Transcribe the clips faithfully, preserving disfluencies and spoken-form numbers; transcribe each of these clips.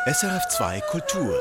S R F zwei Kultur.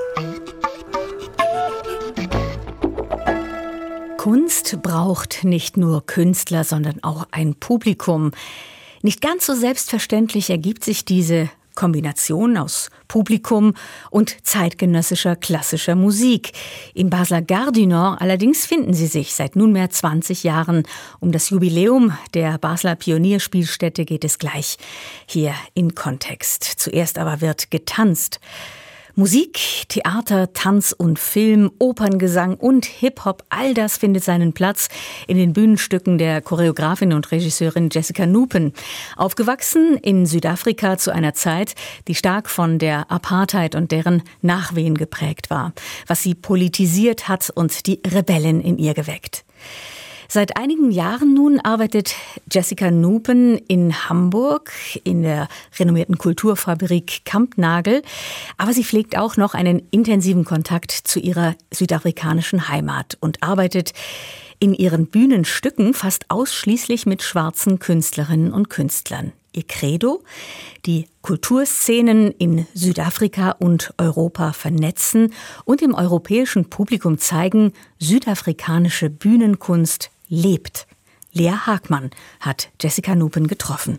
Kunst braucht nicht nur Künstler, sondern auch ein Publikum. Nicht ganz so selbstverständlich ergibt sich diese Kombination aus Publikum und zeitgenössischer klassischer Musik. Im Basler Gare du Nord allerdings finden sie sich seit nunmehr zwanzig Jahren. Um das Jubiläum der Basler Pionierspielstätte geht es gleich hier in Kontext. Zuerst aber wird getanzt. Musik, Theater, Tanz und Film, Operngesang und Hip-Hop, all das findet seinen Platz in den Bühnenstücken der Choreografin und Regisseurin Jessica Nupin. Aufgewachsen in Südafrika zu einer Zeit, die stark von der Apartheid und deren Nachwehen geprägt war, was sie politisiert hat und die Rebellen in ihr geweckt. Seit einigen Jahren nun arbeitet Jessica Nupin in Hamburg in der renommierten Kulturfabrik Kampnagel. Aber sie pflegt auch noch einen intensiven Kontakt zu ihrer südafrikanischen Heimat und arbeitet in ihren Bühnenstücken fast ausschließlich mit schwarzen Künstlerinnen und Künstlern. Ihr Credo: die Kulturszenen in Südafrika und Europa vernetzen und dem europäischen Publikum zeigen, südafrikanische Bühnenkunst lebt. Lea Hagmann hat Jessica Nupin getroffen.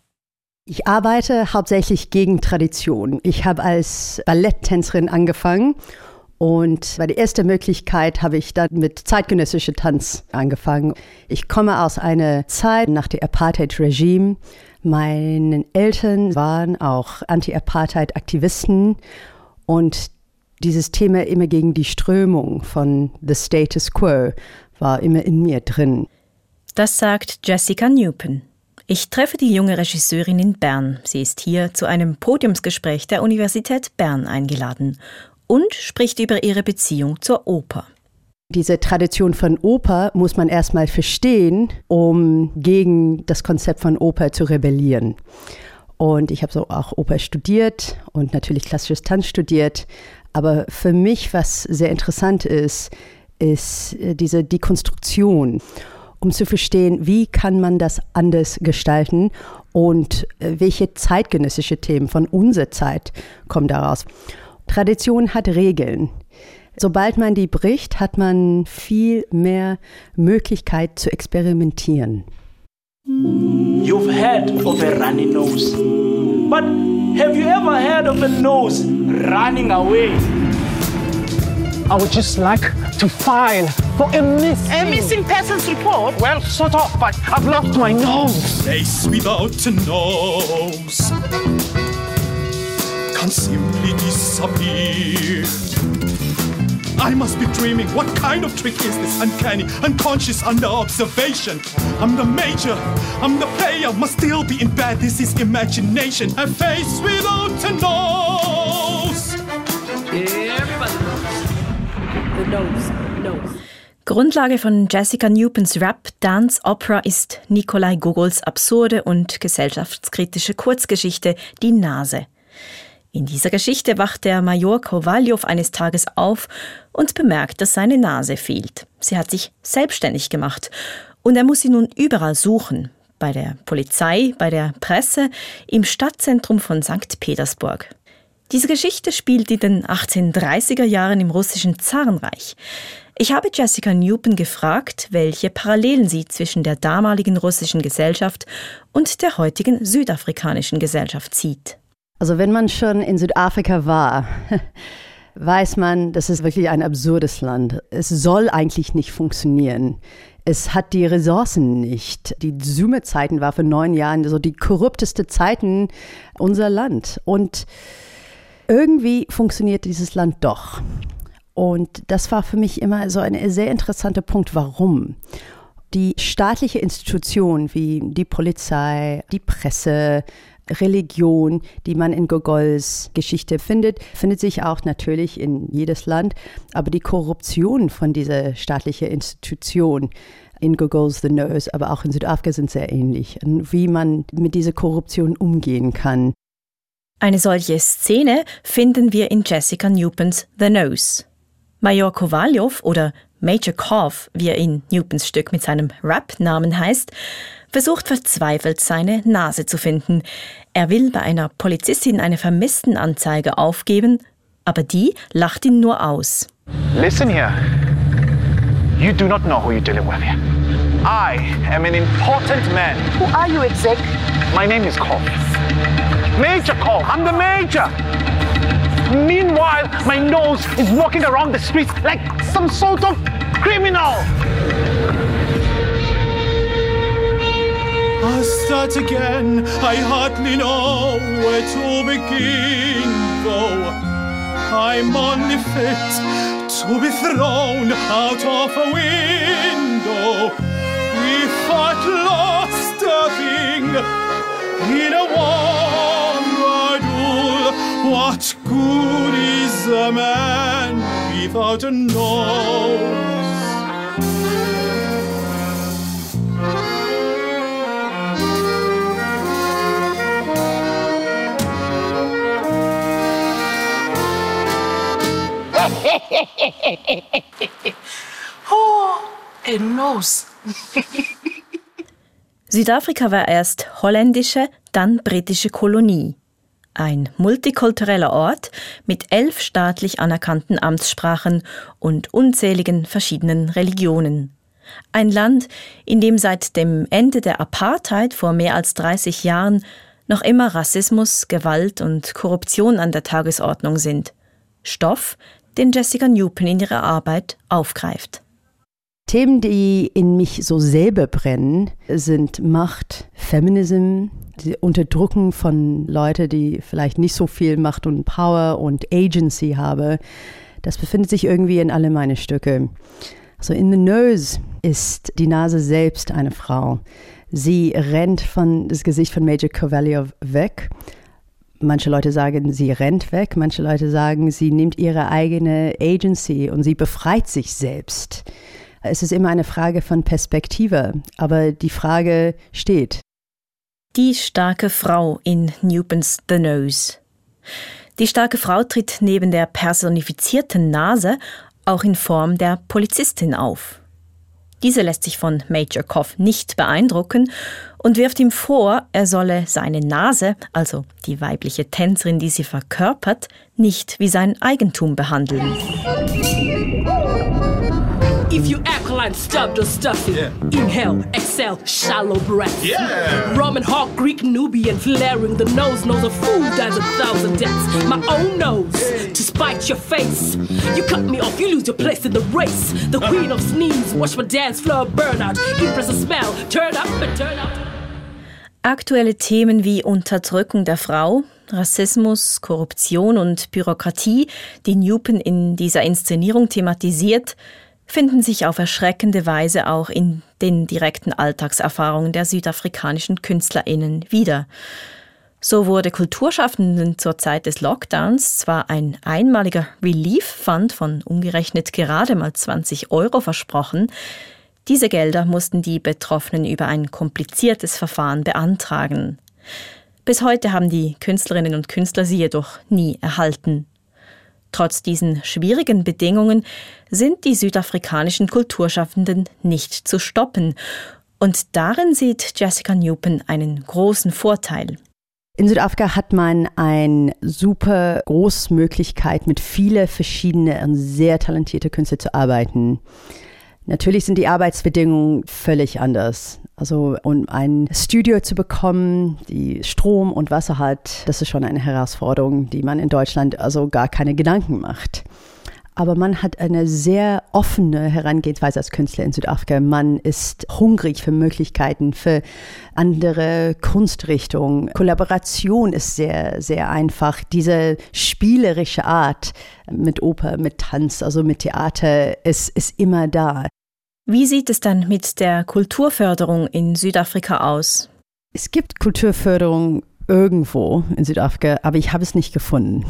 Ich arbeite hauptsächlich gegen Tradition. Ich habe als Balletttänzerin angefangen und bei der ersten Möglichkeit habe ich dann mit zeitgenössischem Tanz angefangen. Ich komme aus einer Zeit nach dem Apartheid-Regime. Meine Eltern waren auch Anti-Apartheid-Aktivisten und dieses Thema immer gegen die Strömung von the status quo war immer in mir drin. Das sagt Jessica Nupin. Ich treffe die junge Regisseurin in Bern. Sie ist hier zu einem Podiumsgespräch der Universität Bern eingeladen und spricht über ihre Beziehung zur Oper. Diese Tradition von Oper muss man erstmal verstehen, um gegen das Konzept von Oper zu rebellieren. Und ich habe so auch Oper studiert und natürlich klassisches Tanz studiert. Aber für mich, was sehr interessant ist, ist diese Dekonstruktion, um zu verstehen, wie kann man das anders gestalten und welche zeitgenössische Themen von unserer Zeit kommen daraus. Tradition hat Regeln. Sobald man die bricht, hat man viel mehr Möglichkeit zu experimentieren. You've heard of a runny nose, but have you ever heard of a nose running away? I would just like to file for a missing... A missing persons report? Well, sort of, but I've lost my nose. Face without a nose can simply disappear. I must be dreaming. What kind of trick is this? Uncanny, unconscious, under observation. I'm the major, I'm the player, must still be in bed. This is imagination. A face without a nose. Everybody knows. The nose, nose. Grundlage von Jessica Nupins Rap Dance Opera ist Nikolai Gogols absurde und gesellschaftskritische Kurzgeschichte Die Nase. In dieser Geschichte wacht der Major Kowaljow eines Tages auf und bemerkt, dass seine Nase fehlt. Sie hat sich selbstständig gemacht und er muss sie nun überall suchen. Bei der Polizei, bei der Presse, im Stadtzentrum von Sankt Petersburg. Diese Geschichte spielt in den achtzehnhundertdreißiger Jahren im russischen Zarenreich. Ich habe Jessica Nupin gefragt, welche Parallelen sie zwischen der damaligen russischen Gesellschaft und der heutigen südafrikanischen Gesellschaft sieht. Also wenn man schon in Südafrika war, weiß man, das ist wirklich ein absurdes Land. Es soll eigentlich nicht funktionieren. Es hat die Ressourcen nicht. Die Zuma-Zeiten war für neun Jahren so die korrupteste Zeiten unser Land. Und irgendwie funktioniert dieses Land doch. Und das war für mich immer so ein sehr interessanter Punkt. Warum? Die staatliche Institution wie die Polizei, die Presse, Religion, die man in Gogols Geschichte findet, findet sich auch natürlich in jedes Land. Aber die Korruption von dieser staatlichen Institution in Gogols The Nose, aber auch in Südafrika sind sehr ähnlich. Und wie man mit dieser Korruption umgehen kann. Eine solche Szene finden wir in Jessica Nupins The Nose. Major Kowaljow oder Major Cove, wie er in Newpens Stück mit seinem Rap-Namen heißt, versucht verzweifelt, seine Nase zu finden. Er will bei einer Polizistin eine Vermisstenanzeige aufgeben, aber die lacht ihn nur aus. Listen here. You do not know who you're dealing with here. I am an important man. Who are you, exec? My name is Cole. Major Cole. I'm the major. Meanwhile, my nose is walking around the streets like some sort of criminal. I'll start again. I hardly know where to begin, though I'm only fit to be thrown out of a window. If I'd lost a thing in a warm bridal, what good is a man without a nose? Oh, a nose. Südafrika war erst holländische, dann britische Kolonie. Ein multikultureller Ort mit elf staatlich anerkannten Amtssprachen und unzähligen verschiedenen Religionen. Ein Land, in dem seit dem Ende der Apartheid vor mehr als dreißig Jahren noch immer Rassismus, Gewalt und Korruption an der Tagesordnung sind. Stoff, den Jessica Newpen in ihrer Arbeit aufgreift. Themen, die in mich so selber brennen, sind Macht, Feminism, die Unterdrückung von Leuten, die vielleicht nicht so viel Macht und Power und Agency haben. Das befindet sich irgendwie in alle meine Stücke. Also in The Nose ist die Nase selbst eine Frau. Sie rennt von das Gesicht von Major Cove weg. Manche Leute sagen, sie rennt weg. Manche Leute sagen, sie nimmt ihre eigene Agency und sie befreit sich selbst. Es ist immer eine Frage von Perspektive, aber die Frage steht. Die starke Frau in Newpens The Nose. Die starke Frau tritt neben der personifizierten Nase auch in Form der Polizistin auf. Diese lässt sich von Major Cove nicht beeindrucken und wirft ihm vor, er solle seine Nase, also die weibliche Tänzerin, die sie verkörpert, nicht wie sein Eigentum behandeln. If you alkaline, stubbed or stuffy, yeah. Inhale, exhale, shallow breath. Yeah. Roman, Hawk, Greek, Nubian, flaring the nose, knows a fool dies a thousand deaths. My own nose, to spite your face. You cut me off, you lose your place in the race. The queen of sneeze, watch my dance floor burn out. Impress the smell, turn up and turn out. Aktuelle Themen wie Unterdrückung der Frau, Rassismus, Korruption und Bürokratie, die Newpen in dieser Inszenierung thematisiert, finden sich auf erschreckende Weise auch in den direkten Alltagserfahrungen der südafrikanischen KünstlerInnen wieder. So wurde Kulturschaffenden zur Zeit des Lockdowns zwar ein einmaliger Relief-Fund von umgerechnet gerade mal zwanzig Euro versprochen, diese Gelder mussten die Betroffenen über ein kompliziertes Verfahren beantragen. Bis heute haben die Künstlerinnen und Künstler sie jedoch nie erhalten. Trotz diesen schwierigen Bedingungen sind die südafrikanischen Kulturschaffenden nicht zu stoppen. Und darin sieht Jessica Newpen einen großen Vorteil. In Südafrika hat man eine super große Möglichkeit, mit vielen verschiedenen und sehr talentierten Künstlern zu arbeiten. Natürlich sind die Arbeitsbedingungen völlig anders. Also um ein Studio zu bekommen, die Strom und Wasser hat, das ist schon eine Herausforderung, die man in Deutschland also gar keine Gedanken macht. Aber man hat eine sehr offene Herangehensweise als Künstler in Südafrika. Man ist hungrig für Möglichkeiten, für andere Kunstrichtungen. Kollaboration ist sehr, sehr einfach. Diese spielerische Art mit Oper, mit Tanz, also mit Theater, ist, ist immer da. Wie sieht es dann mit der Kulturförderung in Südafrika aus? Es gibt Kulturförderung irgendwo in Südafrika, aber ich habe es nicht gefunden.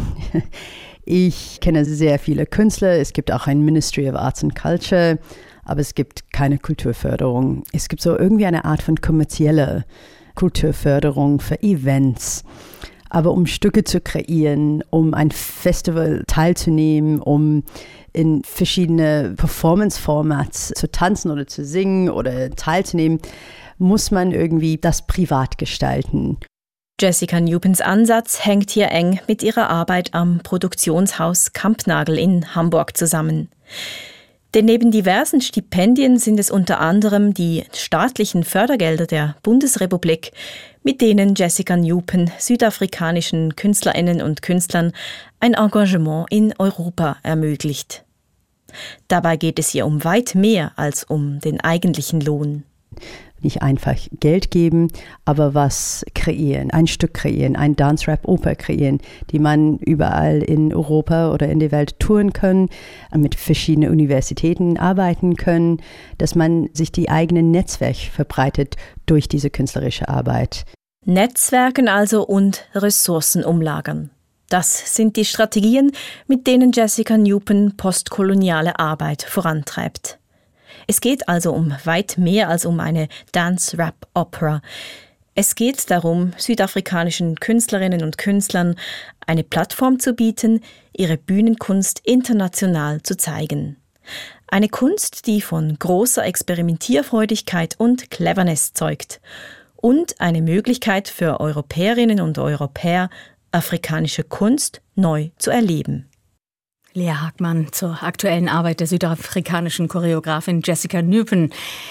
Ich kenne sehr viele Künstler, es gibt auch ein Ministry of Arts and Culture, aber es gibt keine Kulturförderung. Es gibt so irgendwie eine Art von kommerzieller Kulturförderung für Events. Aber um Stücke zu kreieren, um ein Festival teilzunehmen, um in verschiedene Performance-Formats zu tanzen oder zu singen oder teilzunehmen, muss man irgendwie das privat gestalten. Jessica Newpens Ansatz hängt hier eng mit ihrer Arbeit am Produktionshaus Kampnagel in Hamburg zusammen. Denn neben diversen Stipendien sind es unter anderem die staatlichen Fördergelder der Bundesrepublik, mit denen Jessica Newpen südafrikanischen Künstlerinnen und Künstlern ein Engagement in Europa ermöglicht. Dabei geht es ihr um weit mehr als um den eigentlichen Lohn. Nicht einfach Geld geben, aber was kreieren, ein Stück kreieren, ein Dance-Rap-Oper kreieren, die man überall in Europa oder in der Welt touren kann, mit verschiedenen Universitäten arbeiten können, dass man sich die eigenen Netzwerke verbreitet durch diese künstlerische Arbeit. Netzwerken also und Ressourcen umlagern. Das sind die Strategien, mit denen Jessica Newpen postkoloniale Arbeit vorantreibt. Es geht also um weit mehr als um eine Dance-Rap-Opera. Es geht darum, südafrikanischen Künstlerinnen und Künstlern eine Plattform zu bieten, ihre Bühnenkunst international zu zeigen. Eine Kunst, die von großer Experimentierfreudigkeit und Cleverness zeugt. Und eine Möglichkeit für Europäerinnen und Europäer, afrikanische Kunst neu zu erleben. Lea Hagmann zur aktuellen Arbeit der südafrikanischen Choreografin Jessica Newpen.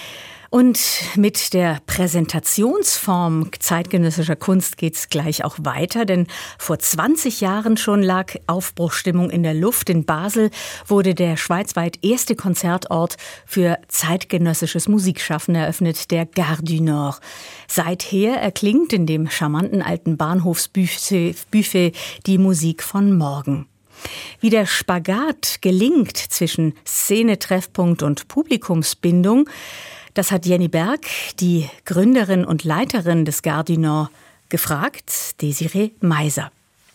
Und mit der Präsentationsform zeitgenössischer Kunst geht's gleich auch weiter, denn vor zwanzig Jahren schon lag Aufbruchsstimmung in der Luft. In Basel wurde der schweizweit erste Konzertort für zeitgenössisches Musikschaffen eröffnet, der Gare du Nord. Seither erklingt in dem charmanten alten Bahnhofsbuffet die Musik von morgen. Wie der Spagat gelingt zwischen Szene, Treffpunkt und Publikumsbindung, das hat Jenny Berg, die Gründerin und Leiterin des Gare du Nord, gefragt, Desiree Meiser.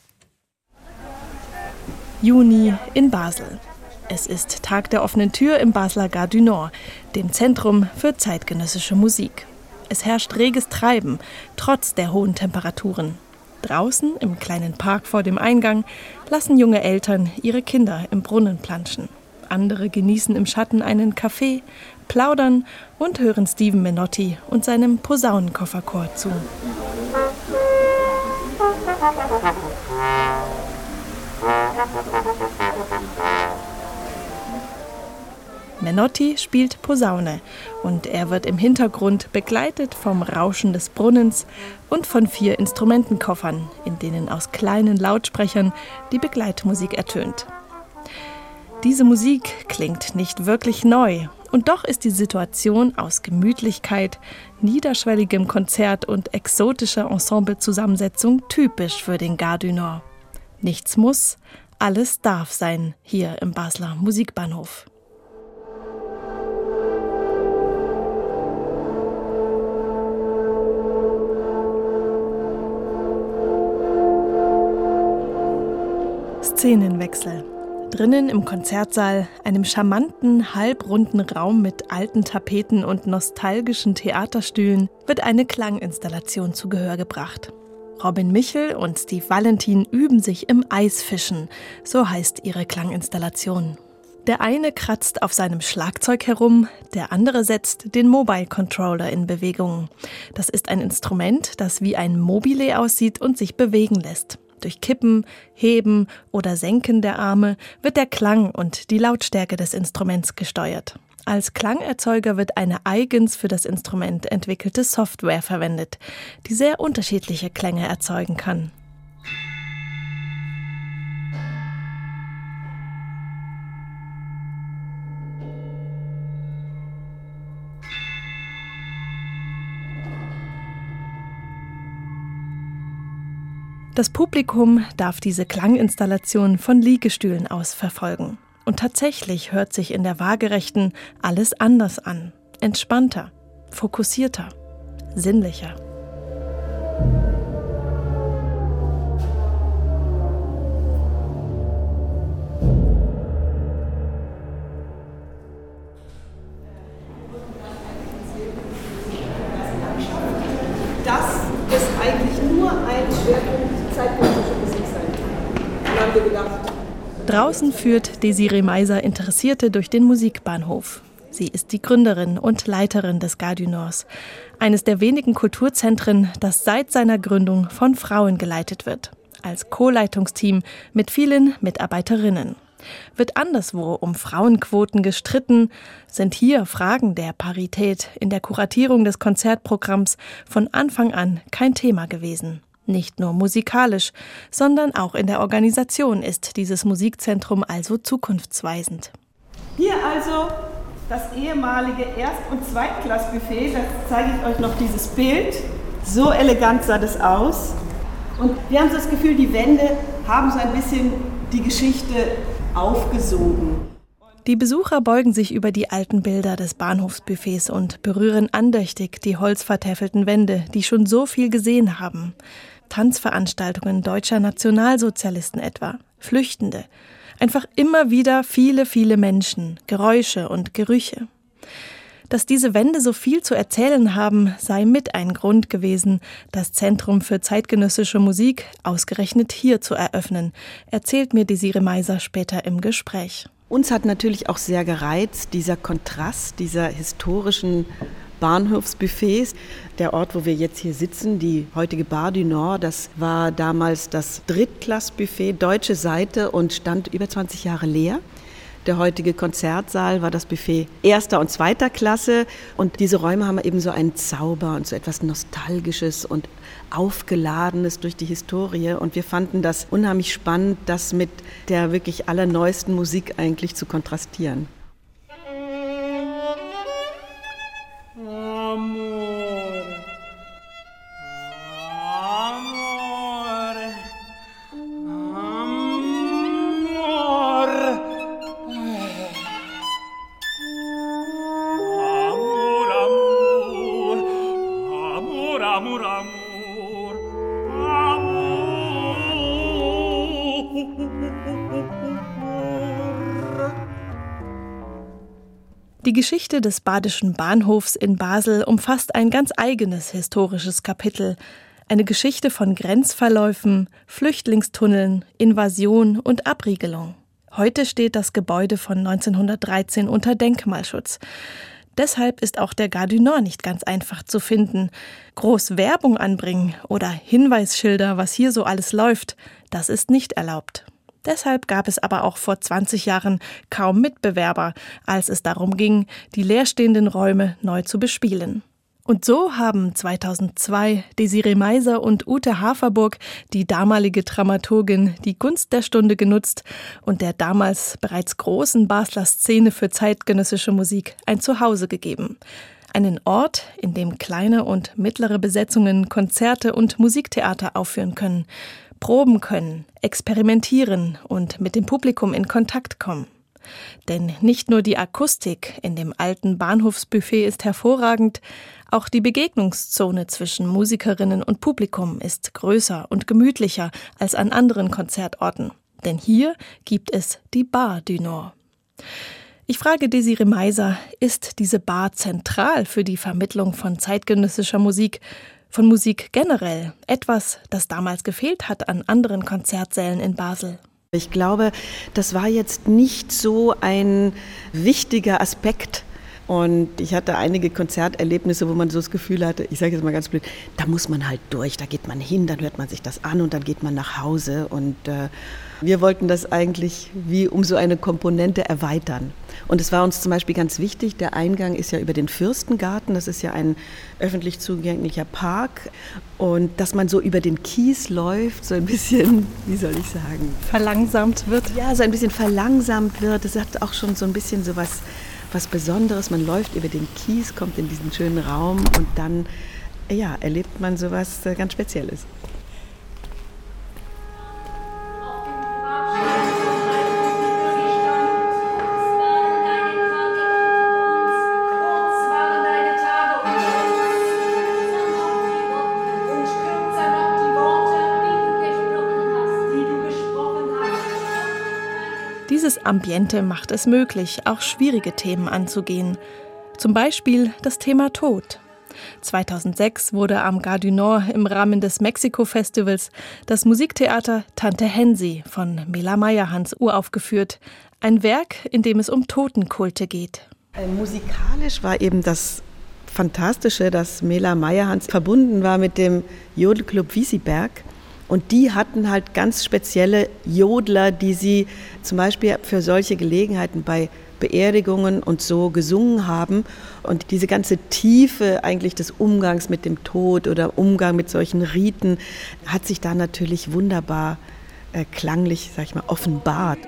Juni in Basel. Es ist Tag der offenen Tür im Basler Gare du Nord, dem Zentrum für zeitgenössische Musik. Es herrscht reges Treiben, trotz der hohen Temperaturen. Draußen, im kleinen Park vor dem Eingang, lassen junge Eltern ihre Kinder im Brunnen planschen. Andere genießen im Schatten einen Kaffee, plaudern und hören Steven Menotti und seinem Posaunenkofferchor zu. Menotti spielt Posaune und er wird im Hintergrund begleitet vom Rauschen des Brunnens und von vier Instrumentenkoffern, in denen aus kleinen Lautsprechern die Begleitmusik ertönt. Diese Musik klingt nicht wirklich neu und doch ist die Situation aus Gemütlichkeit, niederschwelligem Konzert und exotischer Ensemblezusammensetzung typisch für den Gare du Nord. Nichts muss, alles darf sein hier im Basler Musikbahnhof. Szenenwechsel. Drinnen im Konzertsaal, einem charmanten, halbrunden Raum mit alten Tapeten und nostalgischen Theaterstühlen, wird eine Klanginstallation zu Gehör gebracht. Robin Michel und Steve Valentin üben sich im Eisfischen, so heißt ihre Klanginstallation. Der eine kratzt auf seinem Schlagzeug herum, der andere setzt den Mobile Controller in Bewegung. Das ist ein Instrument, das wie ein Mobile aussieht und sich bewegen lässt. Durch Kippen, Heben oder Senken der Arme wird der Klang und die Lautstärke des Instruments gesteuert. Als Klangerzeuger wird eine eigens für das Instrument entwickelte Software verwendet, die sehr unterschiedliche Klänge erzeugen kann. Das Publikum darf diese Klanginstallation von Liegestühlen aus verfolgen. Und tatsächlich hört sich in der Waagerechten alles anders an. Entspannter, fokussierter, sinnlicher. Das ist eigentlich nur ein Schwerpunkt Zeitpunkt Draußen führt Desiree Meiser Interessierte durch den Musikbahnhof. Sie ist die Gründerin und Leiterin des Gare du Nord, eines der wenigen Kulturzentren, das seit seiner Gründung von Frauen geleitet wird, als Co-Leitungsteam mit vielen Mitarbeiterinnen. Wird anderswo um Frauenquoten gestritten, sind hier Fragen der Parität in der Kuratierung des Konzertprogramms von Anfang an kein Thema gewesen. Nicht nur musikalisch, sondern auch in der Organisation ist dieses Musikzentrum also zukunftsweisend. Hier also das ehemalige Erst- und Zweitklassbuffet, da zeige ich euch noch dieses Bild. So elegant sah das aus. Und wir haben so das Gefühl, die Wände haben so ein bisschen die Geschichte aufgesogen. Die Besucher beugen sich über die alten Bilder des Bahnhofsbuffets und berühren andächtig die holzvertäfelten Wände, die schon so viel gesehen haben. Tanzveranstaltungen deutscher Nationalsozialisten etwa, Flüchtende. Einfach immer wieder viele, viele Menschen, Geräusche und Gerüche. Dass diese Wände so viel zu erzählen haben, sei mit ein Grund gewesen, das Zentrum für zeitgenössische Musik ausgerechnet hier zu eröffnen, erzählt mir Desiree Meiser später im Gespräch. Uns hat natürlich auch sehr gereizt, dieser Kontrast dieser historischen Bahnhofsbuffets. Der Ort, wo wir jetzt hier sitzen, die heutige Bar du Nord, das war damals das Drittklassbuffet, deutsche Seite und stand über zwanzig Jahre leer. Der heutige Konzertsaal war das Buffet erster und zweiter Klasse. Und diese Räume haben eben so einen Zauber und so etwas Nostalgisches und Aufgeladenes durch die Historie. Und wir fanden das unheimlich spannend, das mit der wirklich allerneuesten Musik eigentlich zu kontrastieren. Die Geschichte des Badischen Bahnhofs in Basel umfasst ein ganz eigenes historisches Kapitel. Eine Geschichte von Grenzverläufen, Flüchtlingstunneln, Invasion und Abriegelung. Heute steht das Gebäude von neunzehnhundertdreizehn unter Denkmalschutz. Deshalb ist auch der Gare du Nord nicht ganz einfach zu finden. Groß Werbung anbringen oder Hinweisschilder, was hier so alles läuft, das ist nicht erlaubt. Deshalb gab es aber auch vor zwanzig Jahren kaum Mitbewerber, als es darum ging, die leerstehenden Räume neu zu bespielen. Und so haben zweitausendzwei Desiree Meiser und Ute Haferburg, die damalige Dramaturgin, die Gunst der Stunde genutzt und der damals bereits großen Basler Szene für zeitgenössische Musik ein Zuhause gegeben. Einen Ort, in dem kleine und mittlere Besetzungen Konzerte und Musiktheater aufführen können, proben können, experimentieren und mit dem Publikum in Kontakt kommen. Denn nicht nur die Akustik in dem alten Bahnhofsbuffet ist hervorragend, auch die Begegnungszone zwischen Musikerinnen und Publikum ist größer und gemütlicher als an anderen Konzertorten. Denn hier gibt es die Bar du Nord. Ich frage Desiree Meiser, ist diese Bar zentral für die Vermittlung von zeitgenössischer Musik, von Musik generell, etwas, das damals gefehlt hat an anderen Konzertsälen in Basel? Ich glaube, das war jetzt nicht so ein wichtiger Aspekt. Und ich hatte einige Konzerterlebnisse, wo man so das Gefühl hatte, ich sage jetzt mal ganz blöd, da muss man halt durch, da geht man hin, dann hört man sich das an und dann geht man nach Hause. Und äh, wir wollten das eigentlich wie um so eine Komponente erweitern. Und es war uns zum Beispiel ganz wichtig, der Eingang ist ja über den Fürstengarten, das ist ja ein öffentlich zugänglicher Park. Und dass man so über den Kies läuft, so ein bisschen, wie soll ich sagen? Verlangsamt wird? Ja, so ein bisschen verlangsamt wird. Das hat auch schon so ein bisschen so was, was Besonderes. Man läuft über den Kies, kommt in diesen schönen Raum und dann ja, erlebt man so was ganz Spezielles. Dieses Ambiente macht es möglich, auch schwierige Themen anzugehen. Zum Beispiel das Thema Tod. zweitausendsechs wurde am Gare du Nord im Rahmen des Mexiko-Festivals das Musiktheater Tante Hensi von Mela Meyerhans uraufgeführt. Ein Werk, in dem es um Totenkulte geht. Musikalisch war eben das Fantastische, dass Mela Meyerhans verbunden war mit dem Jodelclub Wieseberg. Und die hatten halt ganz spezielle Jodler, die sie zum Beispiel für solche Gelegenheiten bei Beerdigungen und so gesungen haben. Und diese ganze Tiefe eigentlich des Umgangs mit dem Tod oder Umgang mit solchen Riten hat sich da natürlich wunderbar äh, klanglich, sag ich mal, offenbart.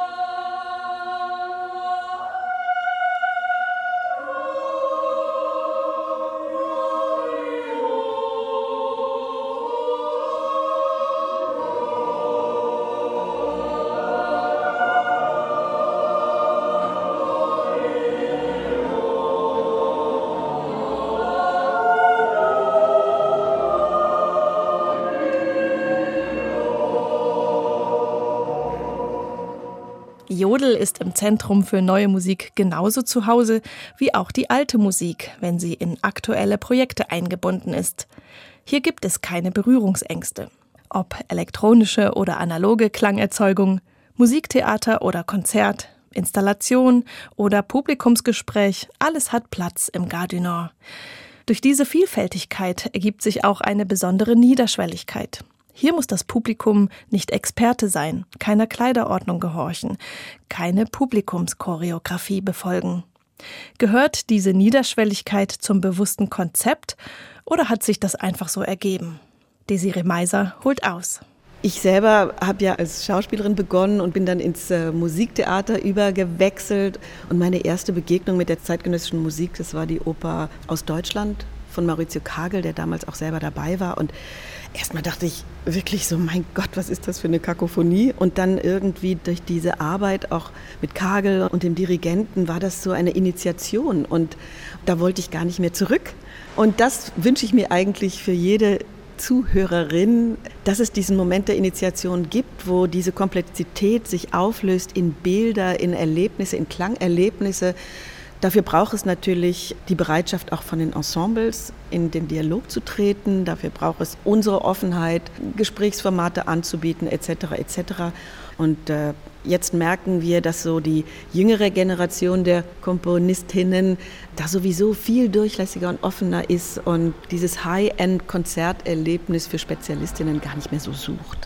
Jodel ist im Zentrum für neue Musik genauso zu Hause wie auch die alte Musik, wenn sie in aktuelle Projekte eingebunden ist. Hier gibt es keine Berührungsängste. Ob elektronische oder analoge Klangerzeugung, Musiktheater oder Konzert, Installation oder Publikumsgespräch, alles hat Platz im Gare du Nord. Durch diese Vielfältigkeit ergibt sich auch eine besondere Niederschwelligkeit. Hier muss das Publikum nicht Experte sein, keiner Kleiderordnung gehorchen, keine Publikumschoreografie befolgen. Gehört diese Niederschwelligkeit zum bewussten Konzept oder hat sich das einfach so ergeben? Desiree Meiser holt aus. Ich selber habe ja als Schauspielerin begonnen und bin dann ins äh, Musiktheater übergewechselt. Und meine erste Begegnung mit der zeitgenössischen Musik, das war die Oper aus Deutschland von Maurizio Kagel, der damals auch selber dabei war. Und erstmal dachte ich wirklich so, mein Gott, was ist das für eine Kakophonie? Und dann irgendwie durch diese Arbeit auch mit Kagel und dem Dirigenten war das so eine Initiation. Und da wollte ich gar nicht mehr zurück. Und das wünsche ich mir eigentlich für jede Zuhörerin, dass es diesen Moment der Initiation gibt, wo diese Komplexität sich auflöst in Bilder, in Erlebnisse, in Klangerlebnisse. Dafür braucht es natürlich die Bereitschaft auch von den Ensembles, in den Dialog zu treten. Dafür braucht es unsere Offenheit, Gesprächsformate anzubieten, et cetera et cetera. Und äh, jetzt merken wir, dass so die jüngere Generation der Komponistinnen da sowieso viel durchlässiger und offener ist und dieses High-End-Konzerterlebnis für Spezialistinnen gar nicht mehr so sucht.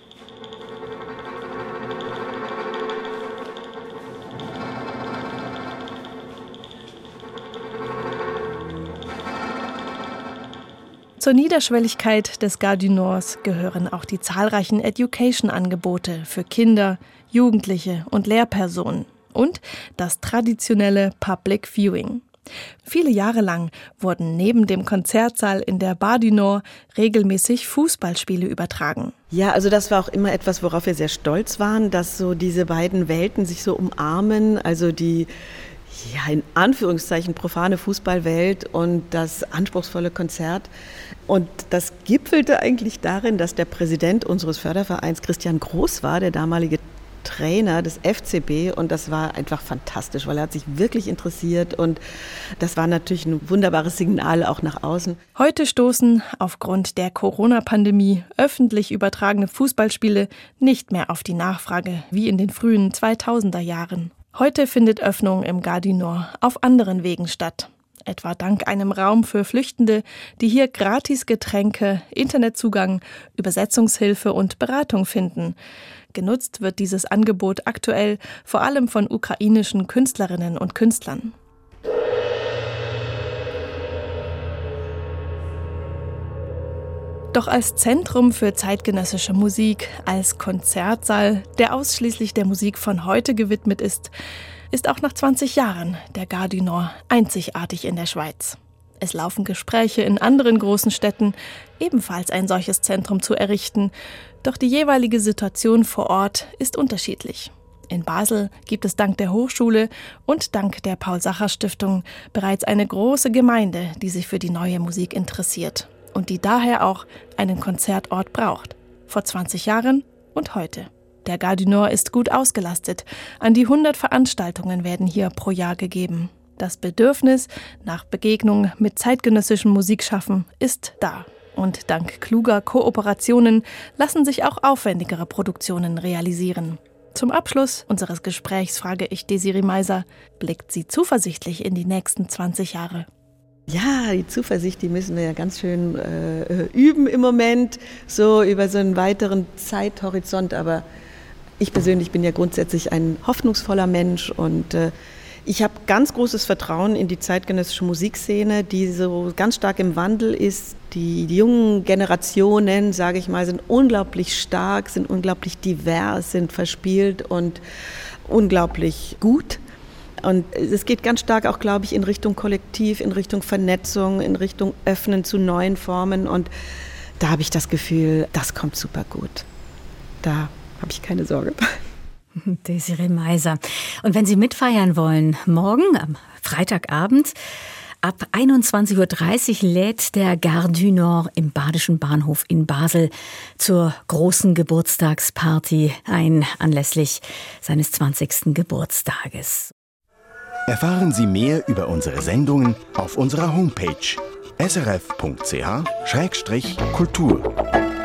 Zur Niederschwelligkeit des Gare du Nords gehören auch die zahlreichen Education-Angebote für Kinder, Jugendliche und Lehrpersonen und das traditionelle Public Viewing. Viele Jahre lang wurden neben dem Konzertsaal in der Bar du Nord regelmäßig Fußballspiele übertragen. Ja, also das war auch immer etwas, worauf wir sehr stolz waren, dass so diese beiden Welten sich so umarmen, also die ja, in Anführungszeichen profane Fußballwelt und das anspruchsvolle Konzert. Und das gipfelte eigentlich darin, dass der Präsident unseres Fördervereins Christian Groß war, der damalige Trainer des F C B. Und das war einfach fantastisch, weil er hat sich wirklich interessiert. Und das war natürlich ein wunderbares Signal auch nach außen. Heute stoßen aufgrund der Corona-Pandemie öffentlich übertragene Fußballspiele nicht mehr auf die Nachfrage wie in den frühen zweitausender Jahren. Heute findet Öffnung im Gare du Nord auf anderen Wegen statt. Etwa dank einem Raum für Flüchtende, die hier gratis Getränke, Internetzugang, Übersetzungshilfe und Beratung finden. Genutzt wird dieses Angebot aktuell vor allem von ukrainischen Künstlerinnen und Künstlern. Doch als Zentrum für zeitgenössische Musik, als Konzertsaal, der ausschließlich der Musik von heute gewidmet ist, ist auch nach zwanzig Jahren der Gare du Nord einzigartig in der Schweiz. Es laufen Gespräche in anderen großen Städten, ebenfalls ein solches Zentrum zu errichten. Doch die jeweilige Situation vor Ort ist unterschiedlich. In Basel gibt es dank der Hochschule und dank der Paul-Sacher-Stiftung bereits eine große Gemeinde, die sich für die neue Musik interessiert und die daher auch einen Konzertort braucht. Vor zwanzig Jahren und heute. Der Gare du Nord ist gut ausgelastet. An die hundert Veranstaltungen werden hier pro Jahr gegeben. Das Bedürfnis nach Begegnung mit zeitgenössischem Musikschaffen ist da. Und dank kluger Kooperationen lassen sich auch aufwendigere Produktionen realisieren. Zum Abschluss unseres Gesprächs frage ich Desiree Meiser, blickt sie zuversichtlich in die nächsten zwanzig Jahre? Ja, die Zuversicht, die müssen wir ja ganz schön äh, üben im Moment, so über so einen weiteren Zeithorizont. Aber ich persönlich bin ja grundsätzlich ein hoffnungsvoller Mensch und äh, ich habe ganz großes Vertrauen in die zeitgenössische Musikszene, die so ganz stark im Wandel ist. Die, die jungen Generationen, sage ich mal, sind unglaublich stark, sind unglaublich divers, sind verspielt und unglaublich gut. Und es geht ganz stark auch, glaube ich, in Richtung Kollektiv, in Richtung Vernetzung, in Richtung Öffnen zu neuen Formen. Und da habe ich das Gefühl, das kommt super gut. Da habe ich keine Sorge. Desiree Meiser. Und wenn Sie mitfeiern wollen, morgen am Freitagabend ab einundzwanzig Uhr dreißig lädt der Gare du Nord im Badischen Bahnhof in Basel zur großen Geburtstagsparty ein, anlässlich seines zwanzigsten Geburtstages. Erfahren Sie mehr über unsere Sendungen auf unserer Homepage s r f punkt c h Schrägstrich Kultur.